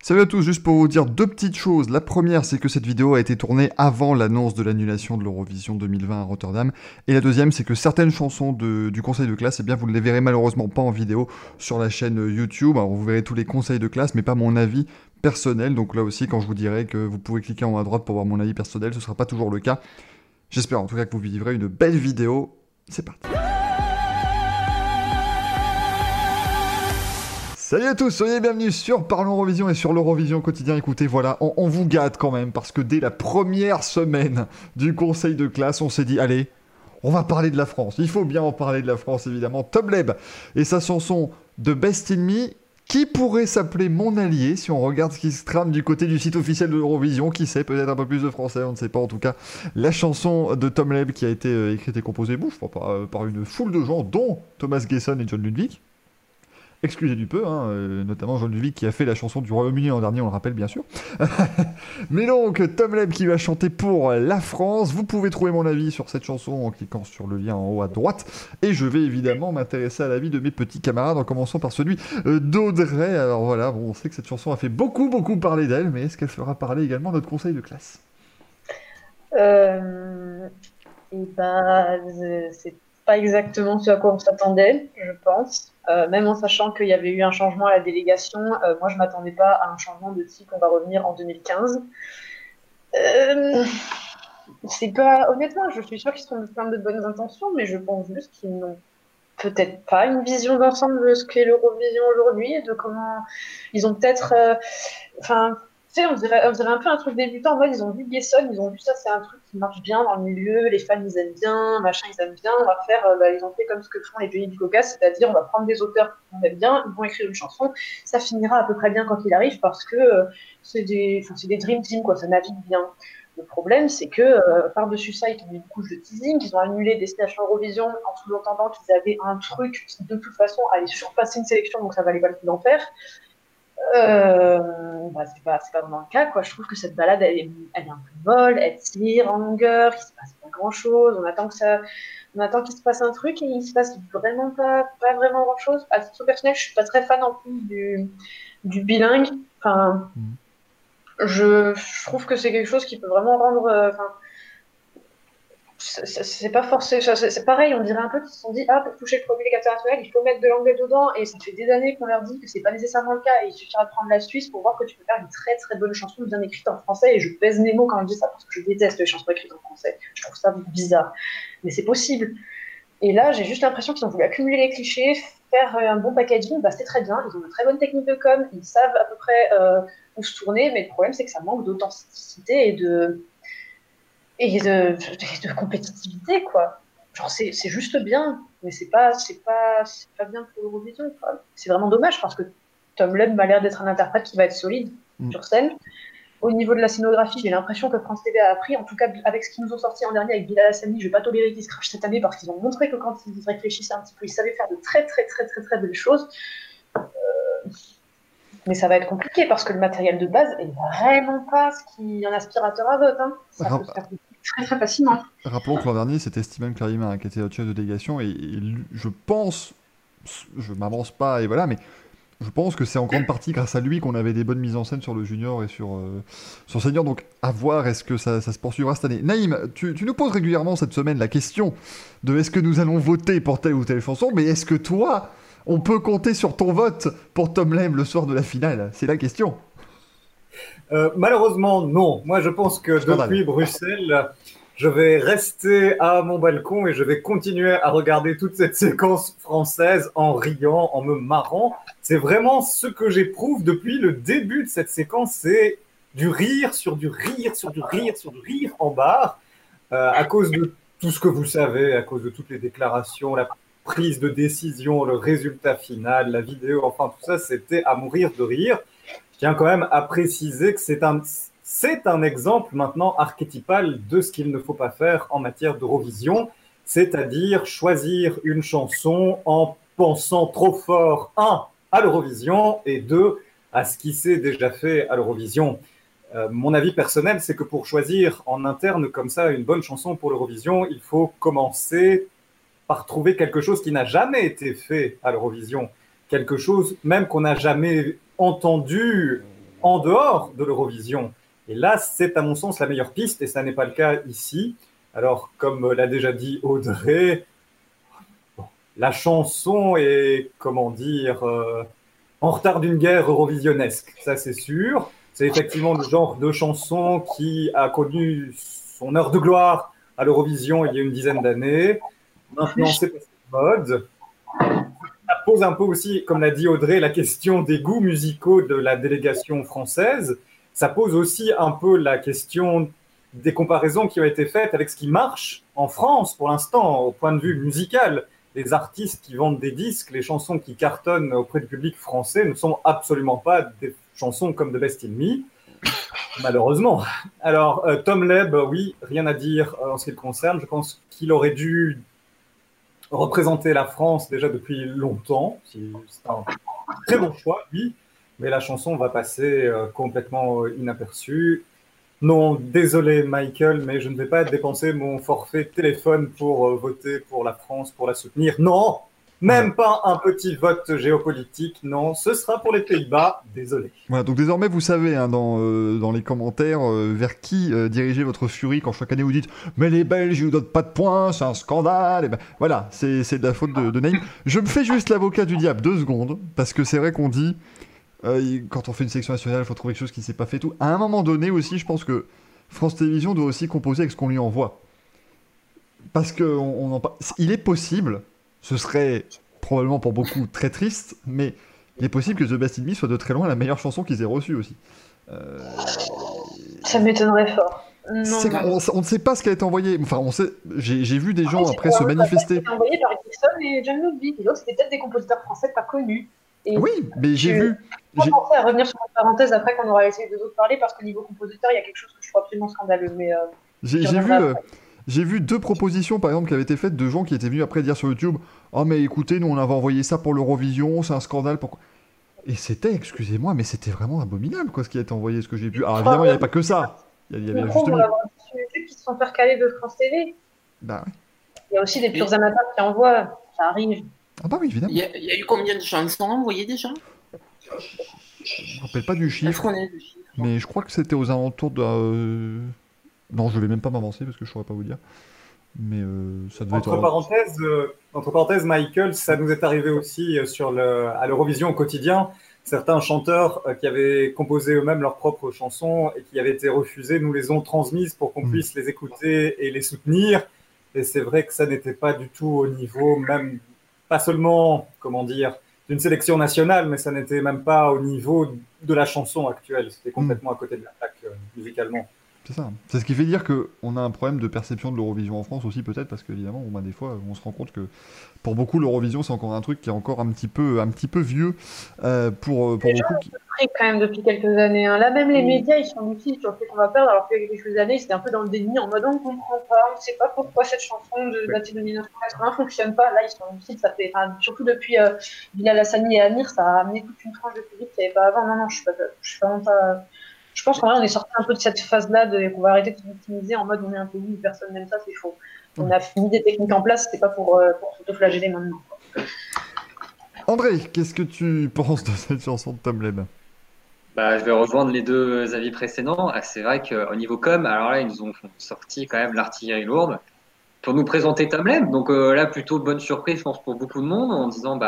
Salut à tous, juste pour vous dire deux petites choses. La première, c'est que cette vidéo a été tournée avant l'annonce de l'annulation de l'Eurovision 2020 à Rotterdam. Et la deuxième, c'est que certaines chansons du conseil de classe, eh bien, vous ne les verrez malheureusement pas en vidéo sur la chaîne YouTube. Alors, vous verrez tous les conseils de classe, mais pas mon avis personnel. Donc là aussi, quand je vous dirai que vous pouvez cliquer en haut à droite pour voir mon avis personnel, ce ne sera pas toujours le cas. J'espère en tout cas que vous vivrez une belle vidéo. C'est parti. Salut à tous, soyez bienvenus sur Parlons Eurovision et sur l'Eurovision quotidien. Écoutez, voilà, on vous gâte quand même, parce que dès la première semaine du conseil de classe, on s'est dit, allez, on va parler de la France. Il faut bien en parler de la France, évidemment. Tom Leb et sa chanson de Best in Me, qui pourrait s'appeler Mon Allié, si on regarde ce qui se trame du côté du site officiel de l'Eurovision. Qui sait, peut-être un peu plus de français, on ne sait pas. En tout cas, la chanson de Tom Leb qui a été écrite et composée, par une foule de gens, dont Thomas Gesson et John Ludwig. Excusez du peu, notamment John Ludwig qui a fait la chanson du Royaume-Uni l'an dernier, on le rappelle bien sûr. Mais donc, Tom Leb qui va chanter pour la France. Vous pouvez trouver mon avis sur cette chanson en cliquant sur le lien en haut à droite. Et je vais évidemment m'intéresser à l'avis de mes petits camarades, en commençant par celui d'Audrey. Alors voilà, bon, on sait que cette chanson a fait beaucoup parler d'elle, mais est-ce qu'elle fera parler également notre conseil de classe? Et bah, c'est pas exactement ce à quoi on s'attendait, je pense. Même en sachant qu'il y avait eu un changement à la délégation, moi je m'attendais pas à un changement de type on va revenir en 2015. C'est pas, honnêtement, je suis sûre qu'ils sont plein de bonnes intentions, mais je pense juste qu'ils n'ont peut-être pas une vision d'ensemble de ce qu'est l'Eurovision aujourd'hui et de comment ils ont peut-être, enfin, tu sais, on dirait un peu un truc débutant. En mode, ils ont vu Gesson, ils ont vu ça, c'est un truc qui marche bien dans le milieu, les fans ils aiment bien, machin ils aiment bien, on va faire, ils ont fait comme ce que font les pays du Caucase, c'est-à-dire on va prendre des auteurs qu'on aime bien, ils vont écrire une chanson, ça finira à peu près bien quand il arrive parce que c'est des Dream Team, quoi, ça navigue bien. Le problème, c'est que par-dessus ça, ils ont mis une couche de teasing, ils ont annulé Destination Eurovision en sous-entendant qu'ils avaient un truc qui, de toute façon, allait surpasser une sélection, donc ça valait pas le coup d'en faire. C'est pas vraiment le cas, quoi. Je trouve que cette balade, elle est un peu molle, elle tire en longueur, il se passe pas grand-chose, on attend qu'il se passe un truc et il se passe vraiment pas vraiment grand-chose. À titre personnel, je suis pas très fan en plus du bilingue. Enfin, je trouve que c'est quelque chose qui peut vraiment rendre. C'est pas forcé. C'est pareil, on dirait un peu qu'ils se sont dit ah, pour toucher le public international, il faut mettre de l'anglais dedans. Et ça fait des années qu'on leur dit que c'est pas nécessairement le cas. Et il suffira de prendre la Suisse pour voir que tu peux faire une très très bonne chanson bien écrite en français. Et je pèse mes mots quand je dis ça parce que je déteste les chansons écrites en français. Je trouve ça bizarre. Mais c'est possible. Et là, j'ai juste l'impression qu'ils ont voulu accumuler les clichés, faire un bon packaging. Bah, c'est très bien. Ils ont de très bonnes techniques de com. Ils savent à peu près où se tourner. Mais le problème, c'est que ça manque d'authenticité et de compétitivité, quoi. Genre, c'est juste bien, mais c'est pas bien pour l'Eurovision, quoi. C'est vraiment dommage parce que Tom Leb m'a l'air d'être un interprète qui va être solide sur scène. Au niveau de la scénographie, j'ai l'impression que France TV a appris, en tout cas avec ce qu'ils nous ont sorti en dernier avec Bilal Hassani, je vais pas tolérer qu'ils se crachent cette année parce qu'ils ont montré que quand ils réfléchissaient un petit peu, ils savaient faire de très très très très très belles choses. Mais ça va être compliqué parce que le matériel de base est vraiment pas ce qui est un aspirateur à vote. Hein. Ça peut se faire très très facilement. Rappelons que l'an dernier, c'était Steven Karima qui était au chef de délégation et je pense, je m'avance pas et voilà, mais je pense que c'est en grande partie grâce à lui qu'on avait des bonnes mises en scène sur le junior et sur senior. Donc à voir est-ce que ça se poursuivra cette année. Naïm, tu nous poses régulièrement cette semaine la question de est-ce que nous allons voter pour telle ou telle chanson, mais est-ce que toi, on peut compter sur ton vote pour Tom Leb le soir de la finale? C'est la question. Malheureusement, non. Moi, je pense que depuis Bruxelles, je vais rester à mon balcon et je vais continuer à regarder toute cette séquence française en riant, en me marrant. C'est vraiment ce que j'éprouve depuis le début de cette séquence, c'est du rire sur du rire sur du rire sur du rire en barre, à cause de tout ce que vous savez, à cause de toutes les déclarations, la prise de décision, le résultat final, la vidéo, enfin tout ça, c'était à mourir de rire. Je tiens quand même à préciser que c'est un exemple maintenant archétypal de ce qu'il ne faut pas faire en matière d'Eurovision, c'est-à-dire choisir une chanson en pensant trop fort, un, à l'Eurovision et deux, à ce qui s'est déjà fait à l'Eurovision. Mon avis personnel, c'est que pour choisir en interne comme ça une bonne chanson pour l'Eurovision, il faut commencer par trouver quelque chose qui n'a jamais été fait à l'Eurovision, quelque chose même qu'on n'a jamais entendu en dehors de l'Eurovision. Et là, c'est à mon sens la meilleure piste, et ça n'est pas le cas ici. Alors, comme l'a déjà dit Audrey, la chanson est, comment dire, en retard d'une guerre eurovisionnesque, ça c'est sûr. C'est effectivement le genre de chanson qui a connu son heure de gloire à l'Eurovision il y a une dizaine d'années. Maintenant, c'est passé de mode. Ça pose un peu aussi, comme l'a dit Audrey, la question des goûts musicaux de la délégation française. Ça pose aussi un peu la question des comparaisons qui ont été faites avec ce qui marche en France pour l'instant, au point de vue musical. Les artistes qui vendent des disques, les chansons qui cartonnent auprès du public français ne sont absolument pas des chansons comme The Best in Me, malheureusement. Alors, Tom Leb, oui, rien à dire en ce qui le concerne. Je pense qu'il aurait dû représenter la France déjà depuis longtemps. C'est un très bon choix, oui, mais la chanson va passer complètement inaperçue. Non, désolé Michael, mais je ne vais pas dépenser mon forfait téléphone pour voter pour la France, pour la soutenir. Non, même pas un petit vote géopolitique, non, ce sera pour les Pays-Bas, désolé. Voilà, donc désormais vous savez hein, dans les commentaires vers qui diriger votre furie quand chaque année vous dites « Mais les Belges, ils nous donnent pas de points, c'est un scandale !» Et ben, voilà, c'est de la faute de Naïm. Je me fais juste l'avocat du diable 2 secondes, parce que c'est vrai qu'on dit... quand on fait une sélection nationale, il faut trouver quelque chose qui ne s'est pas fait tout. À un moment donné aussi, je pense que France Télévisions doit aussi composer avec ce qu'on lui envoie. Parce que il est possible, ce serait probablement pour beaucoup très triste, mais il est possible que The Best in Me soit de très loin la meilleure chanson qu'ils aient reçue aussi. Ça m'étonnerait fort. On ne sait pas ce qui a été envoyé. Enfin, j'ai vu des gens après se manifester. C'était envoyé par Gibson et John Ludwig. Et l'autre, c'était peut-être des compositeurs français pas connus. Et oui, mais j'ai vu. Je pensais à revenir sur la parenthèse après qu'on aura laissé les deux autres parler parce qu'au niveau compositeur, il y a quelque chose que je trouve absolument scandaleux. Mais j'ai vu 2 propositions par exemple qui avaient été faites de gens qui étaient venus après dire sur YouTube « Oh mais écoutez, nous on avait envoyé ça pour l'Eurovision, c'est un scandale. Pourquoi ?» Et c'était, excusez-moi, mais c'était vraiment abominable quoi ce qui a été envoyé, ce que j'ai vu. Alors évidemment, il n'y avait pas que ça. Il y avait justement. On va avoir des qui se sont fait recaler de France TV. Bah oui. Il y a aussi des purs amateurs qui envoient, ça arrive. Ah bah oui, évidemment. Il y a eu combien de chansons envoyées déjà ? Je me rappelle pas du chiffre, mais je crois que c'était aux alentours de... Non, je vais même pas m'avancer parce que je saurais pas vous dire. Mais ça devait être... Entre parenthèses, Michael, ça nous est arrivé aussi à l'Eurovision au quotidien. Certains chanteurs qui avaient composé eux-mêmes leurs propres chansons et qui avaient été refusées, nous les ont transmises pour qu'on puisse les écouter et les soutenir. Et c'est vrai que ça n'était pas du tout au niveau, même pas seulement, comment dire, d'une sélection nationale, mais ça n'était même pas au niveau de la chanson actuelle. C'était complètement à côté de la plaque musicalement. C'est ça. C'est ce qui fait dire qu'on a un problème de perception de l'Eurovision en France aussi, peut-être, parce qu'évidemment, des fois, on se rend compte que pour beaucoup, l'Eurovision, c'est encore un truc qui est encore un petit peu vieux pour beaucoup. Pris quand même depuis quelques années. Hein. Là, même les médias, ils sont lucides sur le fait qu'on va perdre, alors qu'il y a quelques années, c'était un peu dans le déni, en mode on ne comprend pas, on ne sait pas pourquoi cette chanson datée de 1980 ne fonctionne pas. Là, ils sont lucides, ça fait, surtout depuis Bilal Hassani et Amir, ça a amené toute une tranche de public qu'il n'y avait pas avant. Non, je suis vraiment pas. Je pense qu'en vrai, on est sorti un peu de cette phase-là qu'on va arrêter de se victimiser en mode on est un pays où personne n'aime ça, c'est faux. On a mis des techniques en place, c'était pas pour s'auto-flageller maintenant. André, qu'est-ce que tu penses de cette chanson de Tom Leb ? Je vais rejoindre les deux avis précédents. C'est vrai qu'au niveau com, alors là, ils nous ont sorti quand même l'artillerie lourde pour nous présenter Tom Leb. Donc là, plutôt bonne surprise, je pense, pour beaucoup de monde, en disant,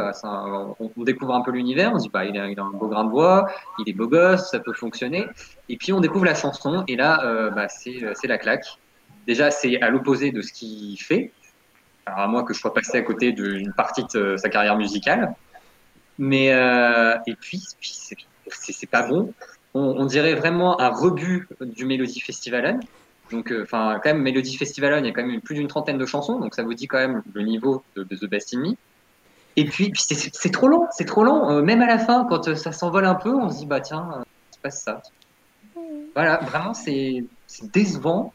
on découvre un peu l'univers, on se dit, il a un beau grain de voix, il est beau gosse, ça peut fonctionner. Et puis, on découvre la chanson, et là, c'est la claque. Déjà, c'est à l'opposé de ce qu'il fait. Alors, à moins que je sois passé à côté d'une partie de sa carrière musicale. Mais, et puis c'est pas bon. On dirait vraiment un rebut du Melody Festivalen. Donc, quand même, Melody Festivalen, il y a quand même plus d'une trentaine de chansons, donc ça vous dit quand même le niveau de The Best in Me. Et puis c'est trop lent, même à la fin, quand ça s'envole un peu, on se dit, tiens, il se passe ça. Voilà, vraiment, c'est décevant.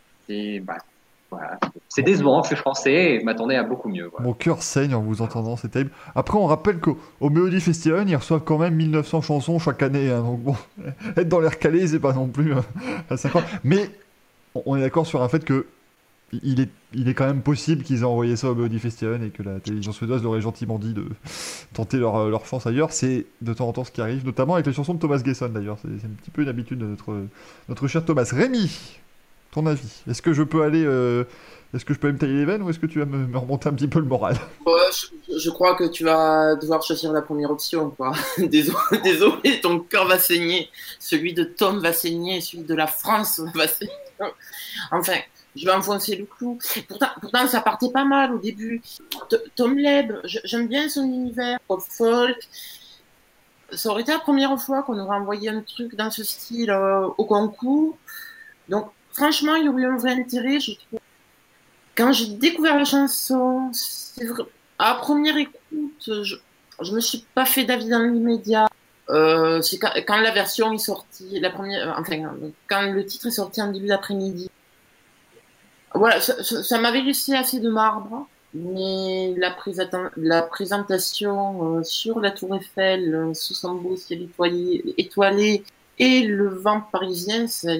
C'est décevant, je suis français et je m'attendais à beaucoup mieux. Voilà. Mon cœur saigne en vous entendant, c'est terrible. Après, on rappelle qu'au Melody Festival, ils reçoivent quand même 1900 chansons chaque année. Hein, donc bon, être dans l'air calé, c'est pas non plus à 50. Mais on est d'accord sur un fait que il est quand même possible qu'ils aient envoyé ça au Melodifestivalen et que la télévision suédoise leur ait gentiment dit de tenter leur chance ailleurs. C'est de temps en temps ce qui arrive, notamment avec les chansons de Thomas Gesson d'ailleurs. C'est un petit peu une habitude de notre cher Thomas. Rémi, ton avis? Est-ce que je peux aller... Est-ce que je peux me tailler les veines ou est-ce que tu vas me remonter un petit peu le moral? Je crois que tu vas devoir choisir la première option, quoi. Désolé, ton cœur va saigner. Celui de Tom va saigner, celui de la France va saigner. Enfin, je vais enfoncer le clou. Pourtant, ça partait pas mal au début. Tom Leb, j'aime bien son univers, pop folk. Ça aurait été la première fois qu'on aurait envoyé un truc dans ce style au concours. Donc, franchement, il y aurait eu un vrai intérêt, je trouve. Quand j'ai découvert la chanson, c'est vrai, à première écoute, je me suis pas fait d'avis dans l'immédiat. C'est quand la version est sortie, quand le titre est sorti en début d'après-midi. Voilà, ça m'avait laissé assez de marbre, mais la présentation sur la Tour Eiffel, sous son beau ciel étoilé et le vent parisien, ça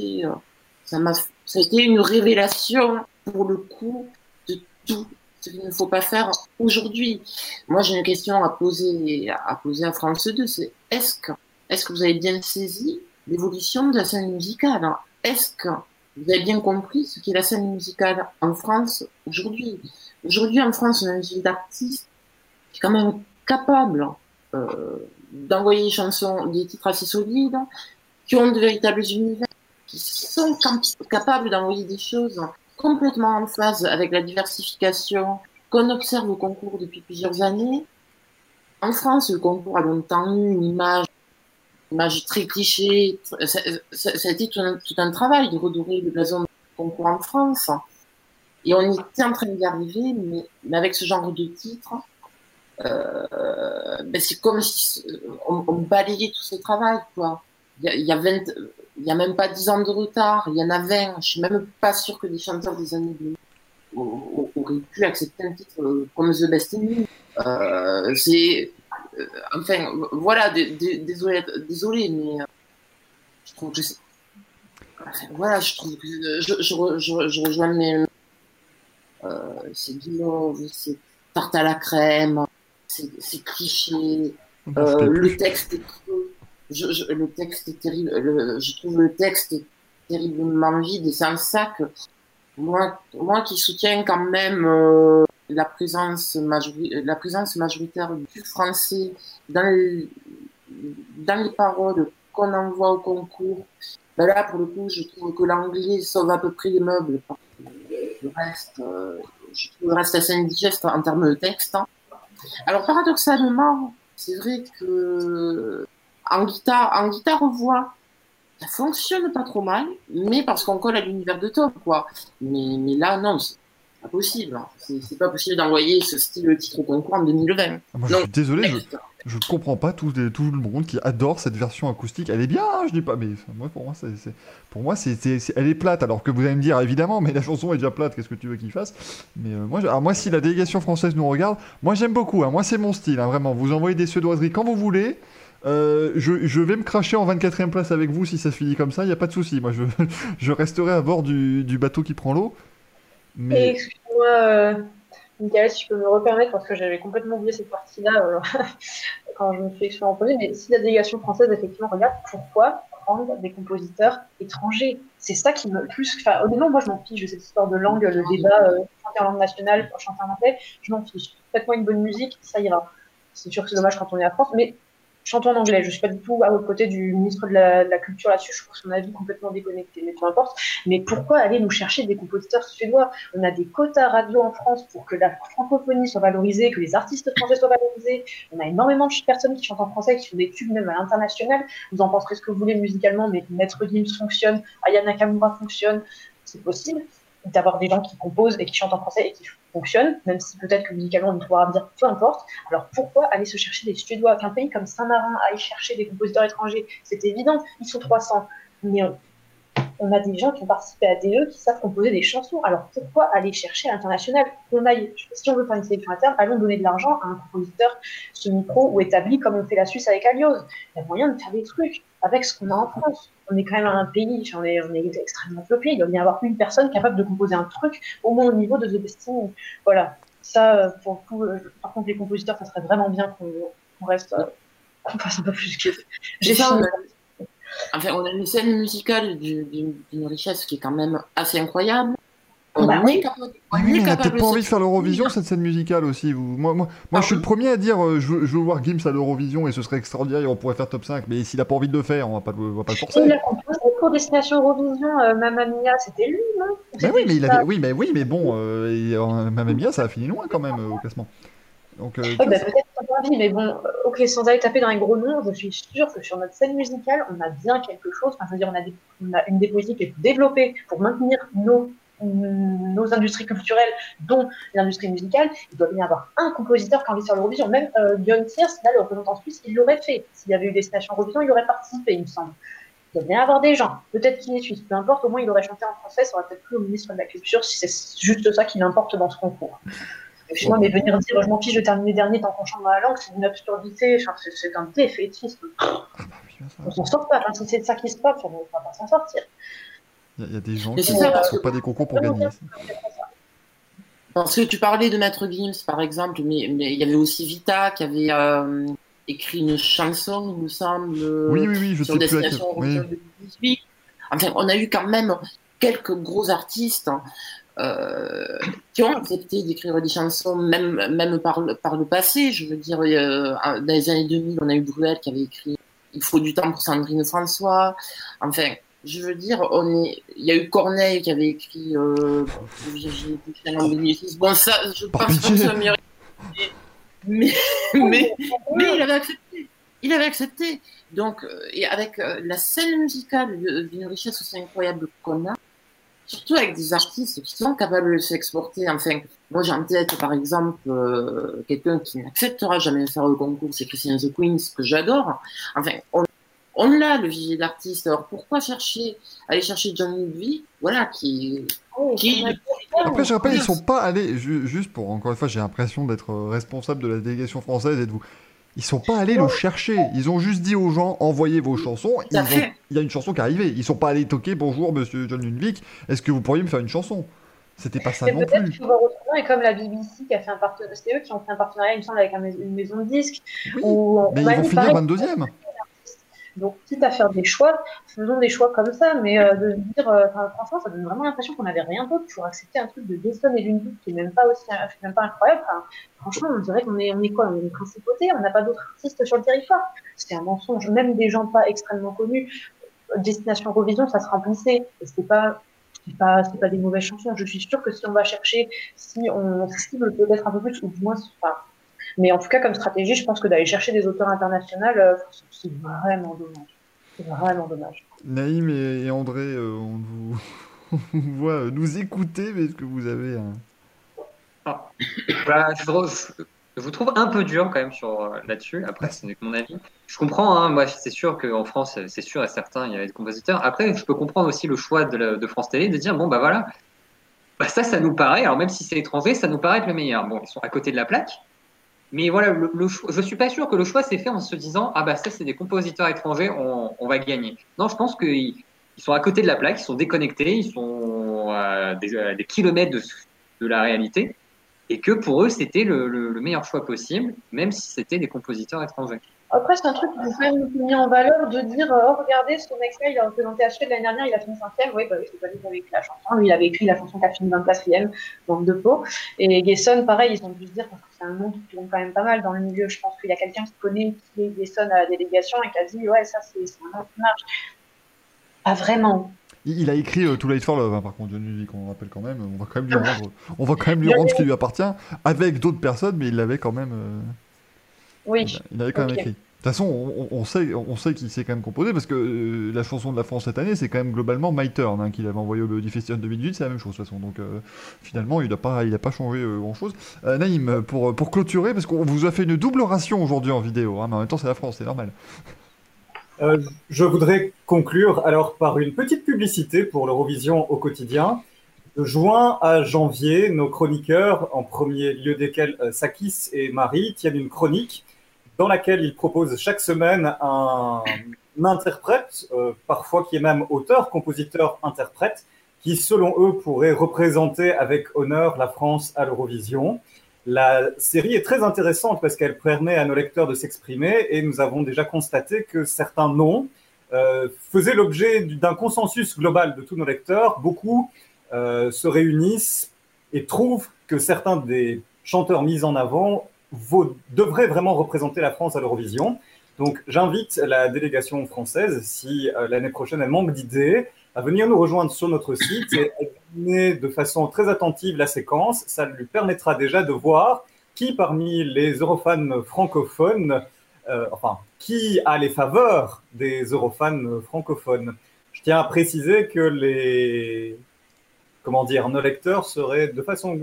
a été une révélation pour le coup de tout ce qu'il ne faut pas faire aujourd'hui. Moi, j'ai une question à poser à France 2, c'est est-ce que vous avez bien saisi l'évolution de la scène musicale? Est-ce que vous avez bien compris ce qu'est la scène musicale en France aujourd'hui? Aujourd'hui, en France, on a une ville d'artistes qui est quand même capable d'envoyer des chansons, des titres assez solides, qui ont de véritables univers, qui sont capables d'envoyer des choses complètement en phase avec la diversification qu'on observe au concours depuis plusieurs années. En France, le concours a longtemps eu une image très cliché. Ça a été tout un travail de redorer le blason du concours en France. Et on était en train d'y arriver, mais avec ce genre de titre, c'est comme si on balayait tout ce travail, quoi. Il y a même pas 10 ans de retard, il y en a 20. Je suis même pas sûre que des chanteurs des années 2000 auraient pu accepter un titre comme The Best in Me. Enfin, voilà, désolé, mais je trouve que c'est... Enfin, voilà, je trouve que je rejoins mes... c'est guimauve, c'est tarte à la crème, c'est cliché, le texte est creux. Le texte est terrible. Je trouve le texte terriblement vide et c'est en ça que moi qui soutiens quand même la présence majoritaire du français dans les paroles qu'on envoie au concours, ben là pour le coup je trouve que l'anglais sauve à peu près les meubles. Le reste, je trouve le reste assez indigeste en termes de texte. Alors paradoxalement, c'est vrai que en guitare-voix, ça fonctionne pas trop mal, mais parce qu'on colle à l'univers de Tom, quoi. Mais là, non, c'est pas possible. C'est pas possible d'envoyer ce style de titre au concours en 2020. Moi, je suis désolé, je comprends pas tout le monde qui adore cette version acoustique. Elle est bien, hein, je dis pas, mais pour moi, elle est plate. Alors que vous allez me dire, évidemment, mais la chanson est déjà plate, qu'est-ce que tu veux qu'il fasse? Mais moi, si la délégation française nous regarde, moi j'aime beaucoup. Hein, moi, c'est mon style, hein, vraiment. Vous envoyez des suédoiseries quand vous voulez. Je vais me cracher en 24e place avec vous si ça se finit comme ça, il n'y a pas de souci. Moi, je resterai à bord du bateau qui prend l'eau. Mais... Excuse-moi, Michael, si tu peux me repermettre, parce que j'avais complètement oublié cette partie-là quand je me suis exprimée en premier, mais si la délégation française, effectivement, regarde, pourquoi prendre des compositeurs étrangers? C'est ça qui me plus... Enfin, honnêtement, moi, je m'en fiche de cette histoire de langue, le débat, chanter en langue nationale, chanter en anglais, je m'en fiche. Faites-moi une bonne musique, ça ira. C'est sûr que c'est dommage quand on est à France, mais chantons en anglais. Je suis pas du tout à l'autre côté du ministre de la Culture là-dessus. Je trouve son avis complètement déconnecté, mais peu importe. Mais pourquoi aller nous chercher des compositeurs suédois? On a des quotas radio en France pour que la francophonie soit valorisée, que les artistes français soient valorisés. On a énormément de personnes qui chantent en français, qui font des tubes même à l'international. Vous en penserez ce que vous voulez musicalement, mais Maître Gims fonctionne, Aya Nakamura fonctionne. C'est possible d'avoir des gens qui composent et qui chantent en français et qui fonctionnent, même si peut-être que musicalement on pourra me dire peu importe. Alors pourquoi aller se chercher des Suédois? Qu'un pays comme Saint-Marin aille chercher des compositeurs étrangers, c'est évident, ils sont 300. Mais on a des gens qui ont participé à DE qui savent composer des chansons. Alors pourquoi aller chercher à l'international? Si on veut faire une sélection interne, allons donner de l'argent à un compositeur semi-pro ou établi comme on fait la Suisse avec Alios. Il y a moyen de faire des trucs. avec ce qu'on a en France. On est quand même un pays, on est extrêmement peuplé, il doit bien y avoir une personne capable de composer un truc, au moins au niveau de The Destiny. Voilà, ça, pour le coup, par contre, les compositeurs, ça serait vraiment bien qu'on reste, qu'on fasse un peu plus que... J'ai fini. Enfin, on a une scène musicale d'une richesse qui est quand même assez incroyable. On n'a peut-être pas envie de faire l'Eurovision, cette scène musicale aussi. Moi je suis le premier à dire je veux voir Gims à l'Eurovision et ce serait extraordinaire et on pourrait faire top 5. Mais s'il n'a pas envie de le faire, on va pas le forcer. Il a composé pour Destination Eurovision, Mamma Mia, c'était lui, non? Mais bon, Mamma Mia, ça a fini loin quand même au classement. Donc, peut-être pas envie, mais bon, ok, sans aller taper dans les gros noms, je suis sûre que sur notre scène musicale, on a bien quelque chose. Enfin, je veux dire, on a une des politiques les plus développées pour maintenir nos industries culturelles, dont l'industrie musicale. Il doit bien y avoir un compositeur qui a envie de faire l'Eurovision. Même Björn Thiers, là, le représentant suisse, il l'aurait fait. S'il y avait eu Destination Eurovision, il aurait participé, il me semble. Il doit bien y avoir des gens. Peut-être qu'il est suisse, peu importe, au moins il aurait chanté en français, ça aurait peut-être plu au ministre de la Culture si c'est juste ça qui l'importe dans ce concours. Excuse-moi, mais venir dire je m'en fiche de terminer dernier tant qu'on chante dans la langue, c'est une absurdité, c'est un défaitisme. On s'en sort pas, si c'est de ça qui se passe, on ne va pas s'en sortir. Il y a des gens qui ne sont pas des concours pour gagner. Parce que tu parlais de Maître Gims, par exemple, mais il y avait aussi Vita qui avait écrit une chanson, il me semble, je sur Destination Eurovision 2018. Enfin, on a eu quand même quelques gros artistes qui ont accepté d'écrire des chansons, même par le passé. Je veux dire, dans les années 2000, on a eu Bruel qui avait écrit Il faut du temps pour Sandrine François. Enfin, je veux dire, il y a eu Corneille qui avait écrit bon, ça, je pense qu'on se mérite. Mais il avait accepté. Il avait accepté. Donc, et avec la scène musicale d'une richesse aussi incroyable qu'on a, surtout avec des artistes qui sont capables de s'exporter. Enfin, moi j'ai en tête par exemple quelqu'un qui n'acceptera jamais de faire le concours, c'est Christine The Queen, que j'adore. Enfin, on l'a, le vivier d'artistes. Alors pourquoi aller chercher John Ludwig, voilà, qui Après, je rappelle, ils sont pas allés, juste pour, encore une fois, j'ai l'impression d'être responsable de la délégation française et de vous. Ils sont pas allés le chercher. Ils ont juste dit aux gens, envoyez vos chansons. Il y a une chanson qui est arrivée. Ils sont pas allés toquer, bonjour monsieur John Ludwig, est-ce que vous pourriez me faire une chanson? C'était pas ça non plus. Peut-être qu'il faut voir autrement, et comme la BBC qui a fait un partenariat, c'est eux qui ont fait un partenariat, il me semble, avec une maison de disques. Oui, mais ils vont finir 22e. Donc, quitte à faire des choix, faisons des choix comme ça, mais de se dire, franchement, ça donne vraiment l'impression qu'on n'avait rien d'autre pour accepter un truc de Gesson et Ludwig qui n'est même pas incroyable. Enfin, franchement, on dirait qu'on est quoi? On est une principauté, on n'a pas d'autres artistes sur le territoire. C'est un mensonge. Même des gens pas extrêmement connus, Destination Eurovision, ça se remplissait. Et c'est pas des mauvaises chansons. Je suis sûre que si on va chercher, si on cible peut-être un peu plus, ou du moins, mais en tout cas, comme stratégie, je pense que d'aller chercher des auteurs internationaux, c'est vraiment dommage. C'est vraiment dommage. Naïm et André, on vous voit nous écouter, mais est-ce que vous avez un... Voilà, je vous trouve un peu dur quand même là-dessus. Après, ce n'est que mon avis. Je comprends, hein, moi, c'est sûr qu'en France, c'est sûr et certain, il y avait des compositeurs. Après, je peux comprendre aussi le choix de France Télé de dire, bon, bah voilà, ça nous paraît, alors même si c'est étranger, ça nous paraît être le meilleur. Bon, ils sont à côté de la plaque. Mais voilà, je suis pas sûr que le choix s'est fait en se disant ça c'est des compositeurs étrangers, on va gagner. Non, je pense qu'ils sont à côté de la plaque, ils sont déconnectés, ils sont à des kilomètres de la réalité, et que pour eux c'était le meilleur choix possible, même si c'était des compositeurs étrangers. Après, c'est un truc qui vous quand même mis en valeur de dire regardez, ce mec-là, il a représenté HL l'année dernière, il a fini 5e. Oui, c'est pas lui qui avait écrit la chanson. Lui, il avait écrit la chanson qui a fini 24e, donc de peau. Et Gesson, pareil, ils ont dû se dire, parce que c'est un nom qui tourne quand même pas mal dans le milieu. Je pense qu'il y a quelqu'un qui connaît qui est Gesson à la délégation et qui a dit ouais, ça, c'est un nom qui marche. Pas vraiment. Il a écrit Too Late for Love, hein, par contre, John Ludwig, on rappelle quand même. On va quand même lui rendre ce qui lui appartient, avec d'autres personnes, mais il l'avait quand même. Oui. Il avait quand même écrit. De toute façon, on sait qu'il s'est quand même composé, parce que la chanson de la France cette année, c'est quand même globalement My Turn, hein, qu'il avait envoyé au Melody Festival 2018, c'est la même chose de toute façon. Donc finalement, il n'a pas changé grand-chose. Naïm, pour clôturer, parce qu'on vous a fait une double ration aujourd'hui en vidéo, hein, mais en même temps, c'est la France, c'est normal. Je voudrais conclure alors par une petite publicité pour l'Eurovision au quotidien. De juin à janvier, nos chroniqueurs, en premier lieu desquels Sakis et Marie, tiennent une chronique dans laquelle ils proposent chaque semaine un interprète, parfois qui est même auteur, compositeur, interprète, qui selon eux pourrait représenter avec honneur la France à l'Eurovision. La série est très intéressante parce qu'elle permet à nos lecteurs de s'exprimer et nous avons déjà constaté que certains noms faisaient l'objet d'un consensus global de tous nos lecteurs. Beaucoup se réunissent et trouvent que certains des chanteurs mis en avant devraient vraiment représenter la France à l'Eurovision. Donc j'invite la délégation française, si l'année prochaine elle manque d'idées, à venir nous rejoindre sur notre site et examiner de façon très attentive la séquence. Ça lui permettra déjà de voir qui parmi les Eurofans francophones, qui a les faveurs des Eurofans francophones. Je tiens à préciser que nos lecteurs seraient de façon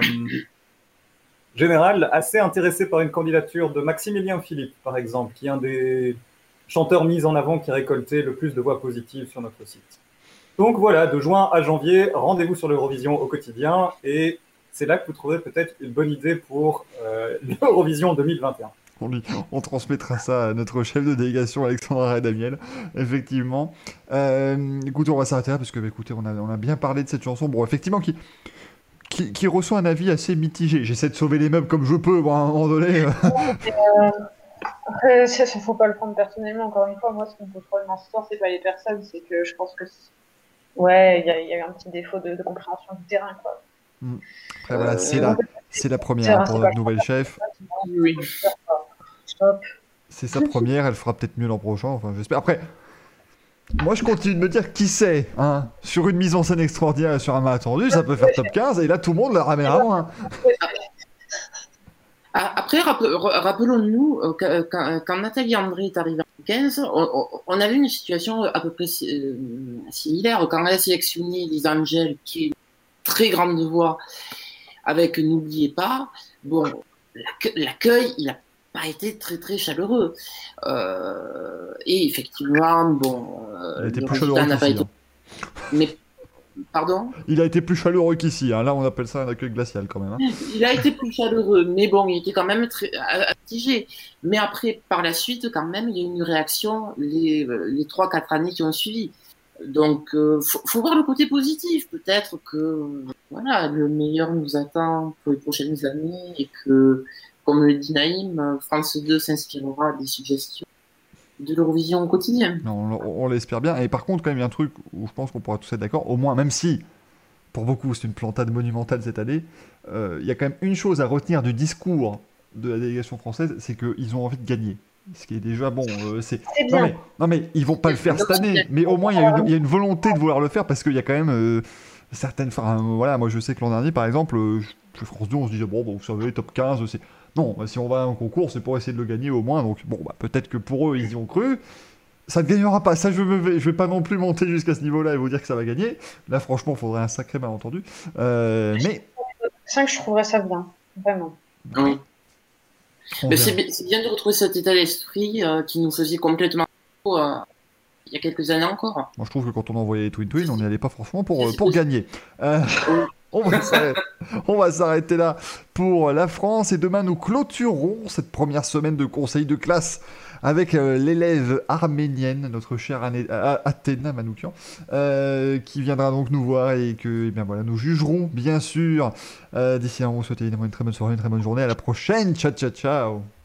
générale assez intéressés par une candidature de Maximilien Philippe, par exemple, qui est un des chanteurs mis en avant qui a récolté le plus de voix positives sur notre site. Donc voilà, de juin à janvier, rendez-vous sur l'Eurovision au quotidien et c'est là que vous trouverez peut-être une bonne idée pour l'Eurovision 2021. On transmettra ça à notre chef de délégation Alexandra Redamiel, effectivement. Écoutez, on va s'arrêter là parce que, écoutez, on a bien parlé de cette chanson. Bon, effectivement, qui reçoit un avis assez mitigé. J'essaie de sauver les meubles comme je peux, bon, à un moment donné. Après, ça faut pas le prendre personnellement. Encore une fois, moi, ce qui me pose problème dans cette histoire, c'est pas les personnes, c'est que je pense que il y a eu un petit défaut de compréhension du terrain, quoi. Après, voilà, c'est la première pour notre nouvelle chef. Oui. C'est sa première, elle fera peut-être mieux l'an prochain, enfin j'espère. Après, moi je continue de me dire qui sait, hein, sur une mise en scène extraordinaire et sur un malentendu, ça peut faire top 15 et là tout le monde le ramène à moins. Après, rappelons-nous, quand Nathalie André est arrivée en 15, on avait une situation à peu près similaire. Quand elle a sélectionné Lisa Angel, qui est une très grande voix, avec N'oubliez pas, bon, l'accueil, il a pas été très très chaleureux. Et effectivement, bon, il a été plus chaleureux n'a pas été... hein. Mais pardon. Il a été plus chaleureux qu'ici. Hein. Là, on appelle ça un accueil glacial quand même. Hein. Il a été plus chaleureux, mais bon, il était quand même très affligé. Mais après, par la suite, quand même, il y a eu une réaction les 3-4 années qui ont suivi. Donc, faut voir le côté positif. Peut-être que voilà, le meilleur nous attend pour les prochaines années et que, comme le dit Naïm, France 2 s'inspirera des suggestions de l'Eurovision au quotidien. Non, on l'espère bien. Et par contre, quand même, il y a un truc où je pense qu'on pourra tous être d'accord, au moins, même si, pour beaucoup, c'est une plantade monumentale cette année, il y a quand même une chose à retenir du discours de la délégation française, c'est qu'ils ont envie de gagner. Ce qui est déjà bon. C'est bien. Non mais ils vont pas le faire cette année. Mais au moins, il y a une volonté de vouloir le faire parce qu'il y a quand même certaines... Enfin, voilà, moi je sais que l'an dernier, par exemple, chez France 2, on se disait, bon, vous savez, top 15, c'est... Non, si on va à un concours, c'est pour essayer de le gagner au moins. Donc, bon, peut-être que pour eux, ils y ont cru. Ça ne gagnera pas. Ça, je vais pas non plus monter jusqu'à ce niveau-là et vous dire que ça va gagner. Là, franchement, il faudrait un sacré malentendu. Mais... 5, je trouverais ça bien. Vraiment. Oui. Mais c'est bien de retrouver cet état d'esprit qui nous faisait complètement il y a quelques années encore. Moi, je trouve que quand on envoyait les Twin, on n'y allait pas franchement pour gagner. On va s'arrêter là pour la France et demain nous clôturerons cette première semaine de conseil de classe avec l'élève arménienne, notre chère Athéna Manoukian, qui viendra donc nous voir et que eh bien, voilà, nous jugerons bien sûr. D'ici là, on vous souhaite évidemment une très bonne soirée, une très bonne journée. À la prochaine. Ciao, ciao, ciao.